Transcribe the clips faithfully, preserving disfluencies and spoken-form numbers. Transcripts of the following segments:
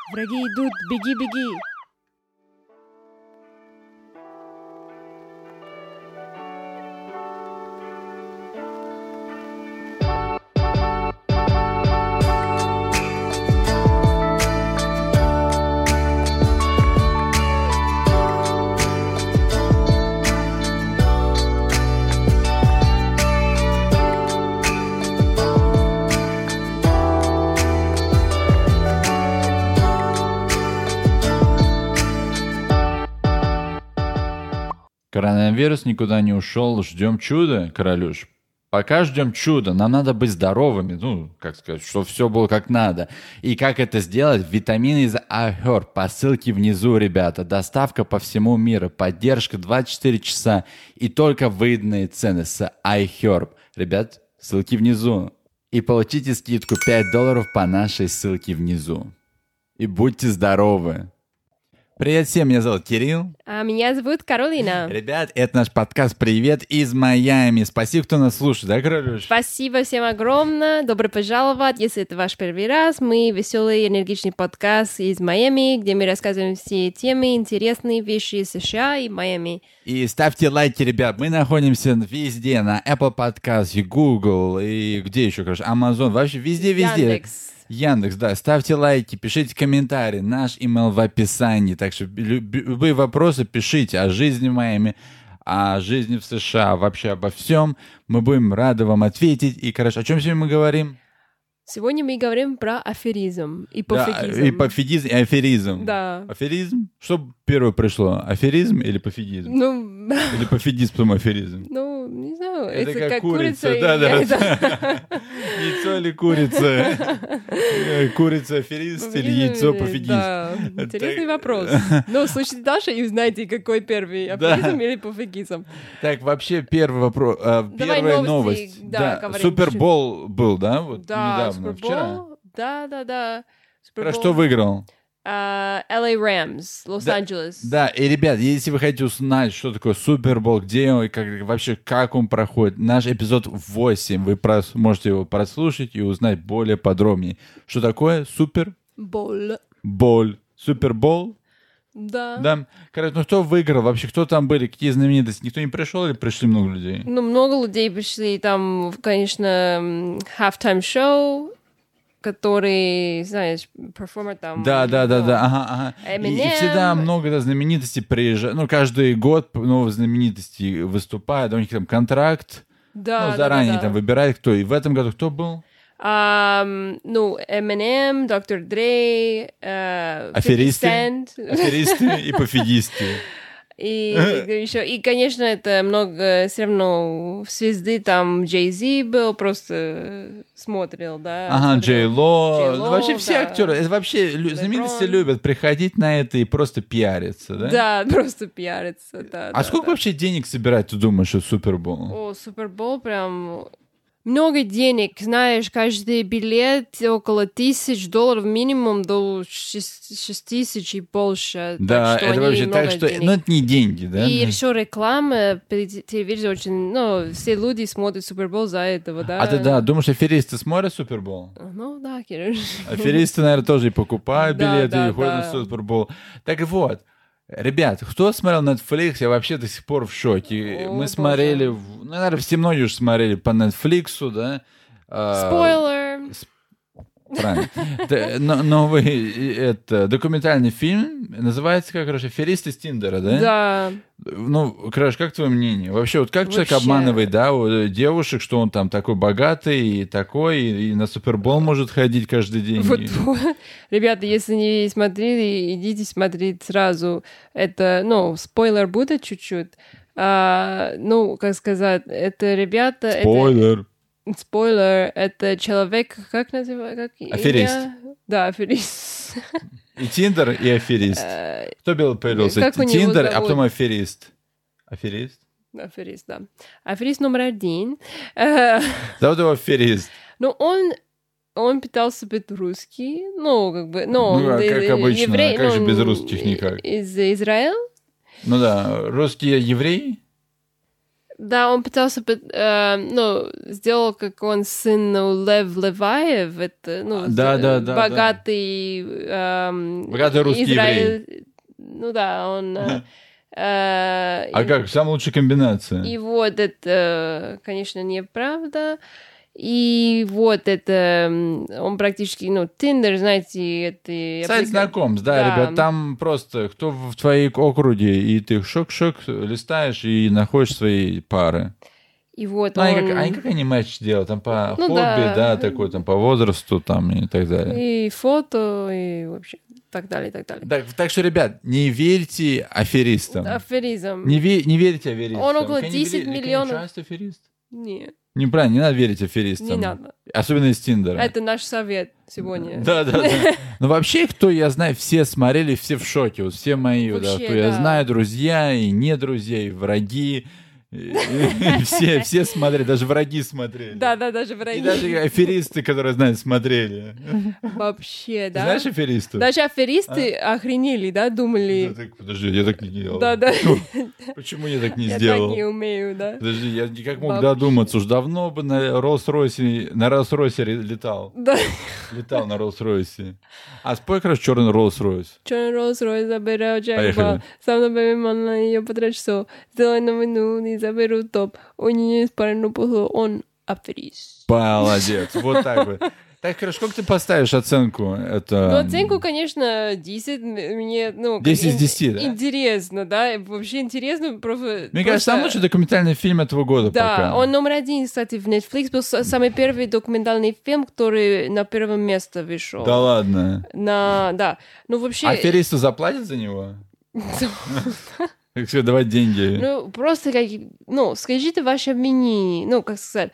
Враги идут, беги, беги. Коронавирус никуда не ушел, ждем чуда, Королюш. Пока ждем чуда, нам надо быть здоровыми, ну, как сказать, чтобы все было как надо. И как это сделать? Витамины из iHerb по ссылке внизу, ребята. Доставка по всему миру, поддержка двадцать четыре часа и только выданные цены с iHerb. Ребят, ссылки внизу. И получите скидку пять долларов по нашей ссылке внизу. И будьте здоровы. Привет всем, меня зовут Кирилл. А меня зовут Каролина. Ребят, это наш подкаст «Привет из Майами». Спасибо, кто нас слушает, да, Каролюш? Спасибо всем огромное. Добро пожаловать. Если это ваш первый раз, мы веселый, энергичный подкаст из Майами, где мы рассказываем все темы, интересные вещи из США и Майами. И ставьте лайки, ребят. Мы находимся везде, на Apple Podcast, и Google, и где еще, короче, Amazon, вообще везде-везде. Яндекс. Яндекс, да. Ставьте лайки, пишите комментарии. Наш имейл в описании. Так что любые вопросы пишите о жизни в Майами, о жизни в США, вообще обо всем. Мы будем рады вам ответить. И, короче, о чем сегодня мы говорим? Сегодня мы говорим про аферизм и Да, пофигизм. и пофигизм, и аферизм. Да. Аферизм? Что первое пришло? Аферизм или пофигизм? Ну, Или пофигизм, потом аферизм? ну, не знаю. Это, Это как, как курица, курица и да, да. яйцо. Яйцо или курица? Курица аферист или яйцо пофигист? Да, интересный вопрос. Ну, слушайте дальше и узнайте, какой первый, Да. аферизм или пофигизм. Так, вообще первый вопрос, а, Давай первая новости, новость. да, говорим. Супербол был, да? Вот Да, недавно, вчера. Супербол. Да, да, да. Про Супербол. что выиграл? А, эл эй Rams, Лос-Анджелес. Да, и, ребят, если вы хотите узнать, что такое Супербол, где он, и как, вообще, как он проходит, наш эпизод восемь, вы прос, можете его прослушать и узнать более подробнее. Что такое Супербол? Бол. Супербол? Да. Да. Короче, ну кто выиграл? Вообще, кто там были? Какие знаменитости? Никто не пришел или пришли много людей? Ну, много людей пришли. Там, конечно, м, halftime show, который, знаешь, перформер там. Да, да, да, ну, да, ага, ага. И, и Eminem. всегда много да, знаменитостей приезжают. Ну, каждый год новые знаменитости выступают. У них там контракт. Да, ну, да, заранее да, да. там выбирают, кто. И в этом году кто был? Ам, ну, Eminem, доктор Dre, э, Аферисты. фифти Cent. Аферисты и пофигисты. И еще, и, конечно, это много все равно звезды, там Джей Зи был, просто смотрел, да. Ага, Джей смотрел. Ло. Джей Ло, Вообще все да. актеры. Это вообще лю- Леброн. знаменитости любят приходить на это и просто пиариться, да? Да, просто пиариться, да. А да, сколько да. вообще денег собирать, ты думаешь, от Супербола? О, Супербол прям много денег, знаешь, каждый билет около тысяч долларов минимум до шесть, шесть тысяч и больше. Да, так что это они вообще много так, что... денег. Ну, это не деньги, да? И Ну, еще реклама по телевизору очень, ну, все люди смотрят Супербол за этого, да. А ты, да, думаешь, аферисты смотрят Супербол? Ну, да, Кирилл. Аферисты, наверное, тоже и покупают Да, билеты, да, и ходят да. на Супербол. Так вот, ребят, кто смотрел Netflix, я вообще до сих пор в шоке. О, Мы боже. смотрели, в- ну, наверное, все многие уже смотрели по Netflix, да? А, Спойлер. Правильно. Т- но- Новый э, это, документальный фильм, называется как, короче, «Аферисты с Тиндера», да? Да. Ну, Краш, как твое мнение? Вообще, вот как человек Вообще. обманывает, да, вот, девушек, что он там такой богатый и такой, и, и на Супербол может ходить каждый день? Вот, И- ребята, если не смотрели, идите смотреть сразу. Это, ну, спойлер будет чуть-чуть. А, ну, как сказать, это ребята... это- Спойлер. Спойлер, это человек, как называется? Как Аферист. имя? Да, аферист. И Тиндер, и аферист. Э, Кто был появился? как у него Тиндер, а зовут? потом аферист. Аферист? Аферист, да. Аферист номер один. Э, Зовут его аферист. Ну, он... Он пытался быть русский, ну, как бы, ну, Ну, он а как э, обычно, еврей, а как же ну, без русских никак? Из Израиля. Ну да, русские евреи? Да, он пытался, э, ну, сделал, как он сын ну, Лев Леваев, это, ну, да, да, да, богатый... Да. Эм, богатый русский Израиль... еврей. Ну да, он... Э, а и, как? Самая лучшая комбинация. И вот это, конечно, неправда. И вот это, он практически, ну, Тиндер, знаете, это... Сайт апплика... знакомств, да, да, ребят, там просто кто в твоей округе, и ты шок-шок листаешь и находишь свои пары. И вот ну, он... они, как, они как они матч делают, там по ну, хобби, да. да, такой, там по возрасту, там и так далее. И фото, и вообще так далее, так далее. Так, так что, ребят, не верьте аферистам. Аферизм. Не, ве- не верьте аферистам. Он около Can десять believe, миллионов. Can you trust аферист? Нет. Неправильно, не надо верить аферистам. Не надо. Особенно из Тиндера. Это наш совет сегодня. Да, да, да. Но вообще, кто я знаю, все смотрели, все в шоке. Вот все мои, да, кто я знаю, друзья и не друзья, и враги. Все, все смотрели, даже враги смотрели. Да, да, даже враги. И даже аферисты, которые, знаешь, смотрели. Вообще, да. Знаешь аферистов? Даже аферисты охренели, да, думали. Подожди, я так не делал. Да, да. Почему я так не Я сделал? так не умею, да. Подожди, я никак мог додуматься. Уж давно бы на Роллс-Ройсе, на Роллс-Ройсе летал. Да. Летал на Роллс-Ройсе. А спой, короче, черный Роллс-Ройс. Черный Роллс-Ройс забираю Поехали. Джагба. Сам на бэби на ее потрачу. Сделай на вину, не заберу топ. У нее есть парень плохой, он аферист. Молодец. Вот так вот. Так, хорошо, сколько ты поставишь оценку? Это... Ну, оценку, конечно, десять. Мне, ну... десять из десяти, да? Интересно, да? Вообще интересно. Просто, Мне кажется, самый лучший документальный фильм этого года да, пока. он номер один, кстати, в Netflix. Был самый первый документальный фильм, который на первом месте вышел. Да ладно? На... Да. Ну, вообще... Аферисты заплатят за него? Как сказать, давать деньги. Ну, просто как... Ну, скажите ваше мнение. Ну, как сказать...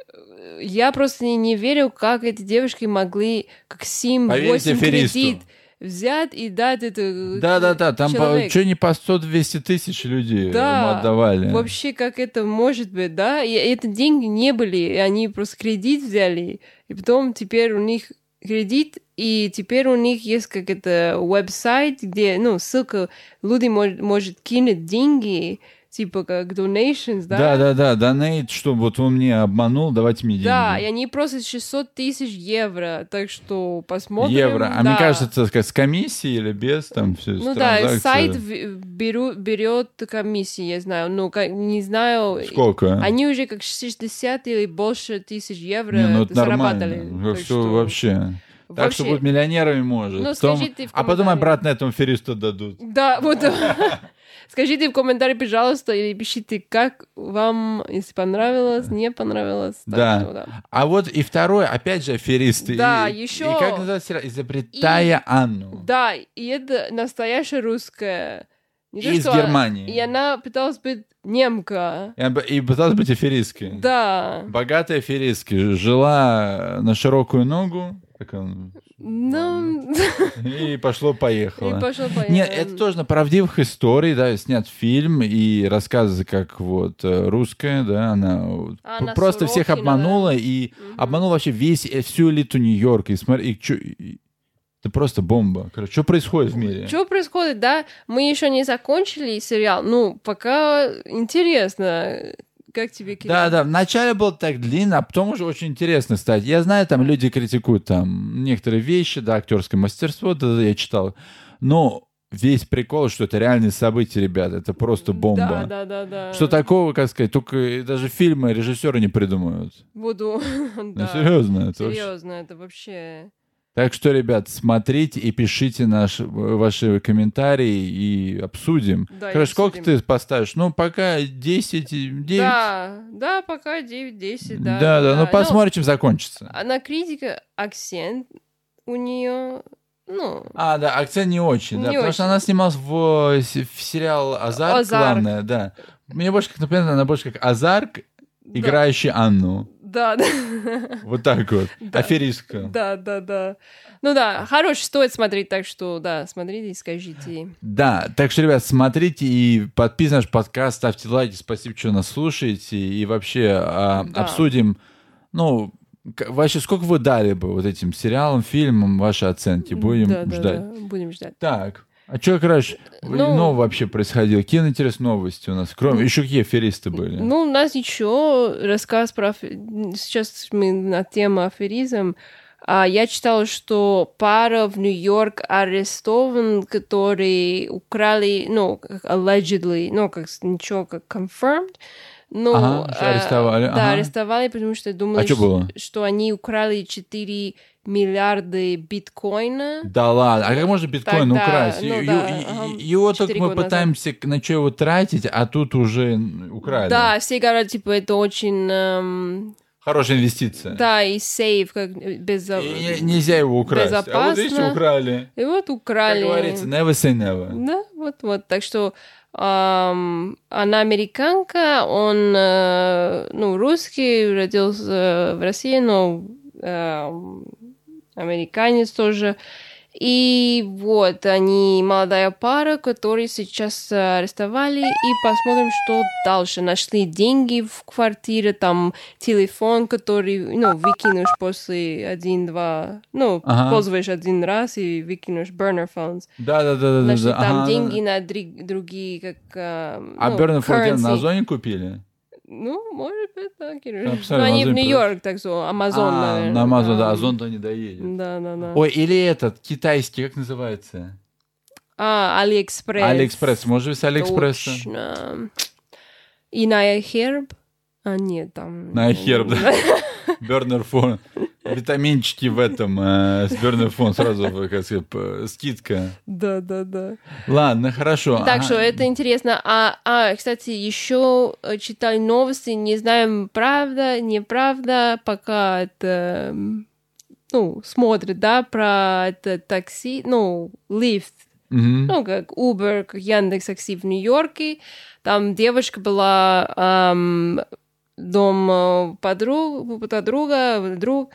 Я просто не, не верю, как эти девушки могли как семь-восемь кредит взять и дать это Да-да-да, там человек. Что не по сто-двести тысяч людей да, ему отдавали. Вообще, как это может быть, да? И это деньги не были, и они просто кредит взяли, и потом теперь у них кредит, и теперь у них есть как это веб-сайт, где, ну, ссылка, люди может, может кинуть деньги, типа как donations, да? Да-да-да, donate, что вот он мне обманул, давайте мне деньги. Да, и они просят шестьсот тысяч евро, так что посмотрим. Евро, а да. мне кажется, это сказать, с комиссией или без, там, все Ну да, сайт беру, берет комиссии, я знаю, но как, не знаю... Сколько? Они уже как шестьдесят или больше тысяч евро не, ну это заработали. Нормально. Так Все что... вообще... Так Вообще... что будут миллионерами, может. Ну, потом... скажите в А потом обратно этому феристу дадут. Да, вот. Скажите в комментарии, пожалуйста, или пишите, как вам, если понравилось, не понравилось. Да. Что, да. А вот и второй, опять же, аферисты. Да, и, еще... И как называется? Изобретая и... Анну. Да, и это настоящая русская. Не Из то, Германии. И она пыталась быть немка. И, и пыталась быть аферисткой. Да. Богатая аферистка. Жила на широкую ногу. Так он... Ну... И пошло-поехало. И пошло-поехало. Нет, это тоже на правдивых историй, да, снят фильм и рассказы, как вот русская, да, она, она просто Сорокина, всех обманула да. и угу. обманула вообще весь, всю элиту Нью-Йорка. И смотри, и чё, и... это просто бомба. Короче, что происходит в мире? Что происходит, да? Мы еще не закончили сериал. Ну, пока интересно. Как тебе кино? Да, да, вначале было так длинно, а потом уже очень интересно стать. Я знаю, там люди критикуют там некоторые вещи, да, актерское мастерство, да, да, я читал. Но весь прикол, что это реальные события, ребята, это просто бомба. Да, да, да, да. Что такого, как сказать, только даже фильмы режиссеры не придумают. Буду. Ну, серьезно. Это серьезно, вообще... это вообще... Так что, ребят, смотрите и пишите наш, ваши комментарии и обсудим. Да, Хорошо, и сколько обсудим. ты поставишь? Ну, пока десять, девять. Да, да, пока девять-десять, да. Да, да, да. ну посмотрим, чем закончится. Она критика, акцент у нее, ну... А, да, акцент не очень, не да, потому очень. что она снималась в, в сериал «Азарк», «Азарк». главное, да. Мне больше, как, например, она больше как Азарк, Да. играющий Анну. Да, да. Вот так вот, Да. аферистка. Да, да, да. Ну да, хороший, стоит смотреть, так что, да, смотрите и скажите. Да, так что, ребят, смотрите и подписывайтесь на наш подкаст, ставьте лайки, спасибо, что нас слушаете, и вообще а, Да. обсудим, ну, к- вообще, сколько вы дали бы вот этим сериалам, фильмам, ваши оценки, будем да, да, ждать. да, будем ждать. Так, А что, короче, Ну- ну, вообще происходило? Какие интересные новости у нас? Кроме, еще какие аферисты были? Ну, у нас еще рассказ про... афе- Сейчас мы на тему аферизм. А, я читала, что пара в Нью-Йорк арестован, которые украли, ну, как allegedly, ну, как с- ничего, как confirmed. Ну, Ага, что а, арестовали, Да, ага. арестовали, потому что думали, А что ш- было? что они украли четыре миллиарда биткоина. Да ладно, а как можно биткоин Тогда, украсть? ну И- да, и- и- ага, Его только четыре мы года пытаемся к- на что его тратить, а тут уже м, украли. Да, все говорят, типа, это очень... эм, Хорошая инвестиция. да, и сейф, как без... И не- нельзя его украсть. А вот видите, безопасно. украли. И вот Как украли. говорится, never say never. Да, вот-вот. Так что ам, она американка, он, э, ну, русский, родился в России, но эм, американец тоже. И вот они молодая пара, которые сейчас э, арестовали, и посмотрим, что дальше. Нашли деньги в квартире, там телефон, который, ну, выкинешь после один-два, ну, Ага. пользуешь один раз и выкинешь burner phones. Да, да, да, да, Нашли да. там Ага. деньги на дри- другие, как... э, А ну, Берн Форден currency. на Озоне купили? Ну, может быть, да, Кирюш. Я Ну, представляю, они в Amazon Нью-Йорк, так что Амазон, а, наверное. на Амазон, да, А, Озон-то не доедет. Да, да, да. Ой, или этот, китайский, как называется? А, Алиэкспресс. Алиэкспресс. Может быть, с Алиэкспресса? Точно. И на Херб? А, нет, там... На Херб, да. Бернер фон. Витаминчики в этом, э, с Бернер фон сразу, как сказать, п- скидка. Да, да, да. Ладно, хорошо. Так Ага. что это интересно. А, а, кстати, еще э, читали новости, не знаем, правда, неправда, пока это, м, ну, смотрят, да, про это такси, ну, лифт, Мгм. ну, как Uber, как Яндекс.Такси в Нью-Йорке. Там девушка была ам, дом подруг, подруга, друг,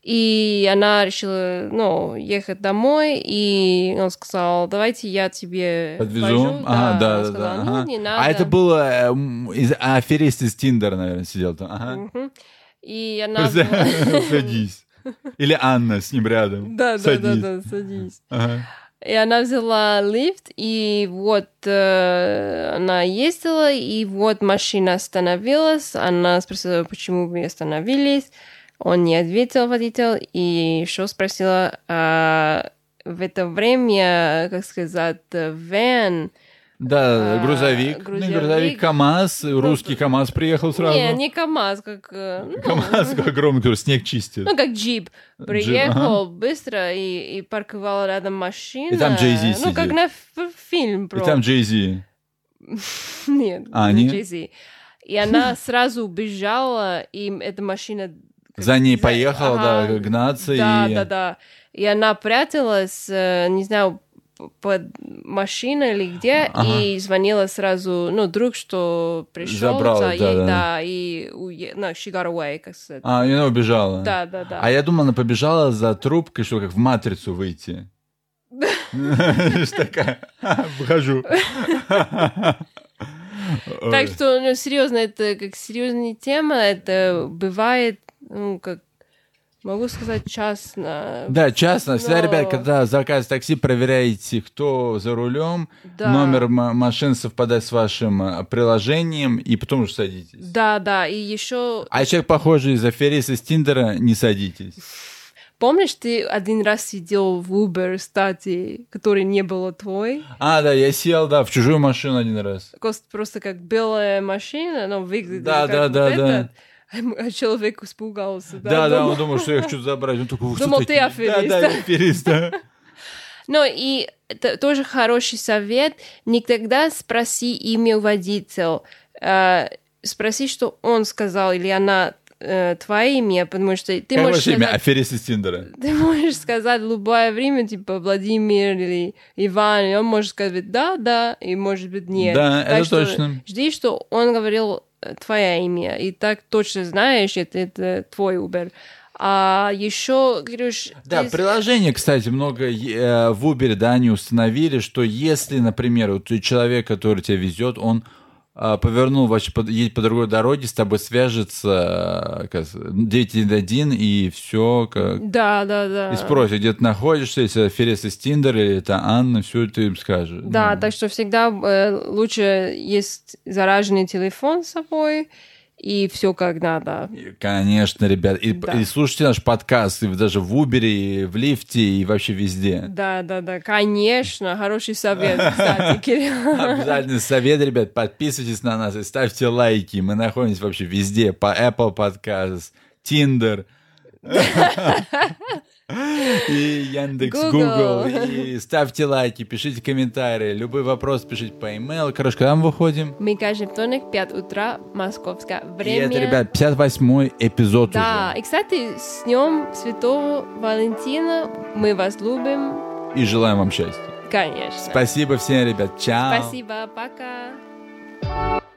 и она решила, ну, ехать домой, и он сказал, давайте я тебе Подвезу? вожу. Ага, да, она да, сказала, да. ну, ага. не надо. А это было э, м, из, а, аферист из Тиндера, наверное, сидел там. Ага. Мгм. И она... Садись. Или Анна с ним рядом. Да, да, да, Садись. да, садись. Ага. И она взяла лифт, и вот э, она ездила, и вот машина остановилась. Она спросила, почему вы остановились. Он не ответил, водитель, и еще спросила, а в это время, как сказать, вэн... Да, А, грузовик. Ну, грузовик. грузовик КамАЗ, русский КамАЗ приехал сразу. Не, не КамАЗ, как... э, ну, КамАЗ огромный, который снег чистит. Ну, как джип. Джип, Приехал быстро и, и парковал рядом машину. И там Jay-Z Ну, как сидит. на ф- фильм про... И там Джей Зи. Нет, А, не нет? Jay-Z. И она сразу убежала, и эта машина... За ней За- поехала, ага. да, гнаться. Да, и... да, да. И она пряталась, э, не знаю, п- под машиной или где, Ага. и звонила сразу, ну, друг, что пришел Забрал, за да, ей, да. да, и уе... ну, she got away, как сказать. А, и она убежала. Да, да, да. А я думал, она побежала за трубкой, чтобы как в «Матрицу» выйти. Ж такая, выхожу. Так что, ну, серьезно, это как серьезная тема, это бывает, ну, как, могу сказать, частно. Да, частно. Всегда, Но- ребят, когда заказываете такси, проверяйте, кто за рулем, Да. номер м- машины совпадает с вашим э, приложением, и потом уже садитесь. Да, да, и еще, А человек, похожий из афериста из Тиндера, не садитесь. помнишь, ты один раз сидел в Uber, кстати, который не был твой? А, да, я сел, да, в чужую машину один раз. Просто, просто как белая машина, но выглядит Да, как да, вот да, этот, да. а человек испугался. Да, Да, да, думал- он думал, что я хочу забрать. Он такой, «Вы кто Думал, ты такие?» аферист. Да, да, я аферист, да. Ну и это тоже хороший совет. Никогда спроси имя водителя. Э, спроси, что он сказал или она э, твое имя, потому что ты Как можешь ваше имя? сказать, Аферист из Тиндера. ты можешь сказать любое время, типа Владимир или Иван, и он может сказать да, да, и может быть нет. Да, Так это что точно. Жди, что он говорил э, твое имя, и так точно знаешь, это, это твой Uber. А еще, Кирюш, Да, ты- приложение, кстати, много э, в Uber, да, они установили, что если, например, вот человек, который тебя везет, он а, повернул, вообще под, едет по другой дороге, с тобой свяжется как, девять один один, и все как... Да, да, да. И спросит, где ты находишься, если это Ферес из Тиндер, или это Анна, все ты им скажешь. Да, ну. Так что всегда э, лучше есть заряженный телефон с собой, и все как надо. Конечно, ребят. И, Да. и слушайте наш подкаст, и даже в Убере, и в лифте, и вообще везде. Да, да, да, конечно. Хороший совет, кстати, Кирилл. Обязательный совет, ребят. Подписывайтесь на нас и ставьте лайки. Мы находимся вообще везде. По Apple Podcasts, Tinder. И Яндекс, Google. Google. И ставьте лайки, пишите комментарии. Любой вопрос пишите по имейлу. Короче, когда мы выходим? Мы каждый вторник, пять утра, московское время. И это, ребят, пятьдесят восьмой эпизод Да, уже. и, кстати, с Днем Святого Валентина. Мы вас любим. И желаем вам счастья. Конечно. Спасибо всем, ребят. Чао. Спасибо, пока.